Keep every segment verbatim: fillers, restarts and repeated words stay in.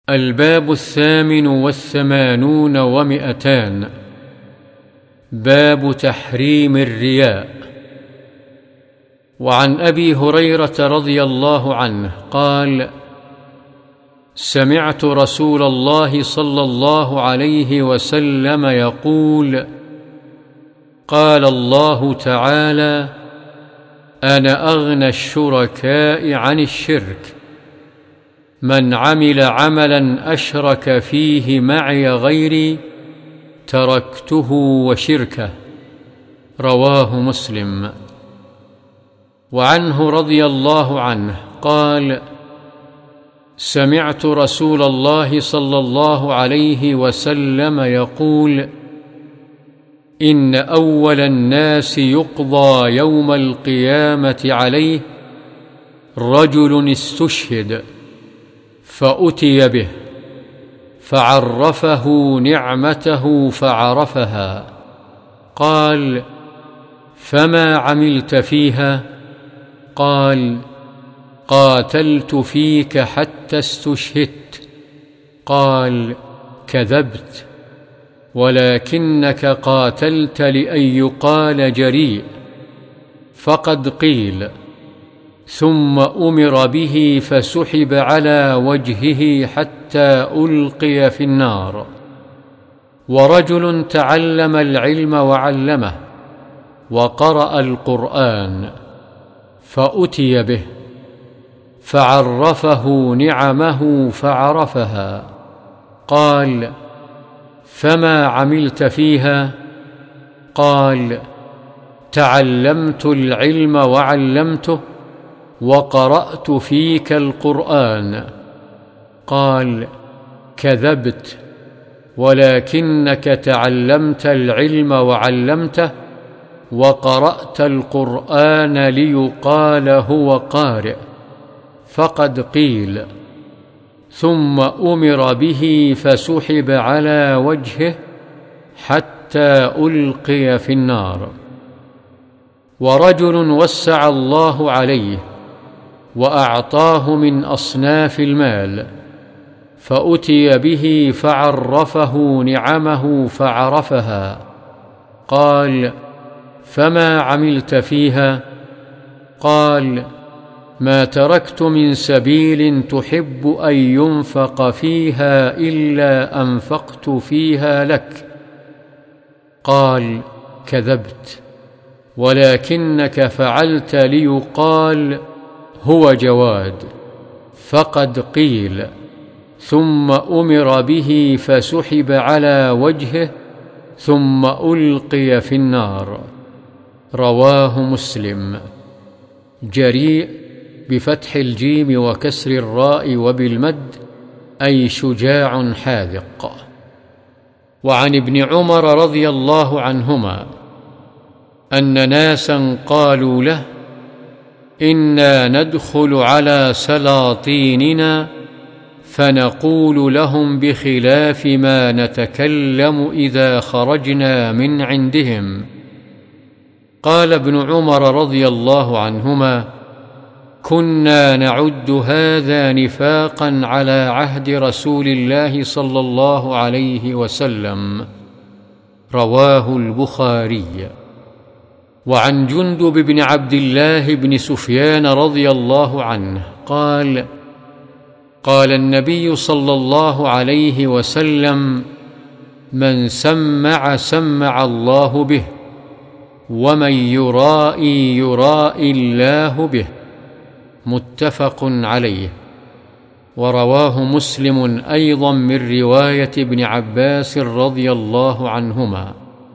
الباب الثامن والثمانون ومئتان. باب تحريم الرياء. وعن أبي هريرة رضي الله عنه قال: سمعت رسول الله صلى الله عليه وسلم يقول: قال الله تعالى: أنا أغنى الشركاء عن الشرك، من عمل عملا أشرك فيه معي غيري تركته وشركه. رواه مسلم. وعنه رضي الله عنه قال: سمعت رسول الله صلى الله عليه وسلم يقول: إن أول الناس يقضى يوم القيامة عليه رجل استشهد فأتي به فعرفه نعمته فعرفها، قال: فما عملت فيها؟ قال: قاتلت فيك حتى استشهدت. قال: كذبت، ولكنك قاتلت لأن يقال جريء، فقد قيل. ثم أمر به فسحب على وجهه حتى ألقي في النار. ورجل تعلم العلم وعلمه وقرأ القرآن فأتي به فعرفه نعمه فعرفها، قال: فما عملت فيها؟ قال: تعلمت العلم وعلمته وقرأت فيك القرآن. قال: كذبت، ولكنك تعلمت العلم وعلمته وقرأت القرآن ليقال هو قارئ، فقد قيل. ثم أمر به فسحب على وجهه حتى ألقي في النار. ورجل وسع الله عليه وأعطاه من أصناف المال فأتي به فعرفه نعمه فعرفها، قال: فما عملت فيها؟ قال: ما تركت من سبيل تحب أن ينفق فيها إلا أنفقت فيها لك. قال: كذبت، ولكنك فعلت ليقال هو جواد، فقد قيل. ثم أمر به فسحب على وجهه ثم ألقي في النار. رواه مسلم. جريء بفتح الجيم وكسر الراء وبالمد، أي شجاع حاذق. وعن ابن عمر رضي الله عنهما أن ناسا قالوا له: إنا ندخل على سلاطيننا فنقول لهم بخلاف ما نتكلم إذا خرجنا من عندهم. قال ابن عمر رضي الله عنهما: كنا نعد هذا نفاقا على عهد رسول الله صلى الله عليه وسلم. رواه البخاري. وعن جندب بن عبد الله بن سفيان رضي الله عنه قال: قال النبي صلى الله عليه وسلم: من سمع سمع الله به، ومن يرائي يرائي الله به. متفق عليه. ورواه مسلم أيضا من رواية ابن عباس رضي الله عنهما.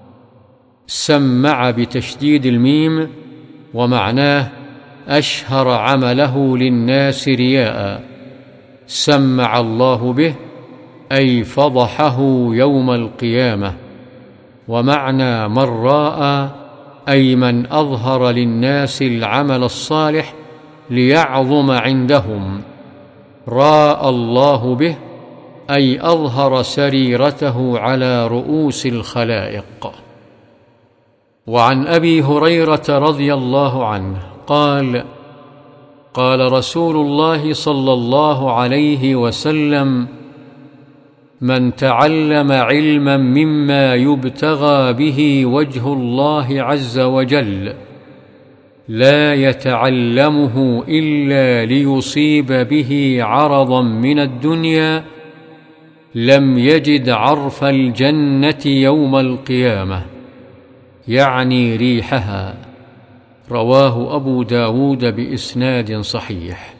سمع بتشديد الميم، ومعناه أشهر عمله للناس رياء. سمع الله به أي فضحه يوم القيامة. ومعنى من راء أي من أظهر للناس العمل الصالح ليعظم عندهم. راء الله به أي أظهر سريرته على رؤوس الخلائق. وعن أبي هريرة رضي الله عنه قال: قال رسول الله صلى الله عليه وسلم: من تعلم علما مما يبتغى به وجه الله عز وجل لا يتعلمه إلا ليصيب به عرضا من الدنيا لم يجد عرف الجنة يوم القيامة، يعني ريحها. رواه أبو داود بإسناد صحيح.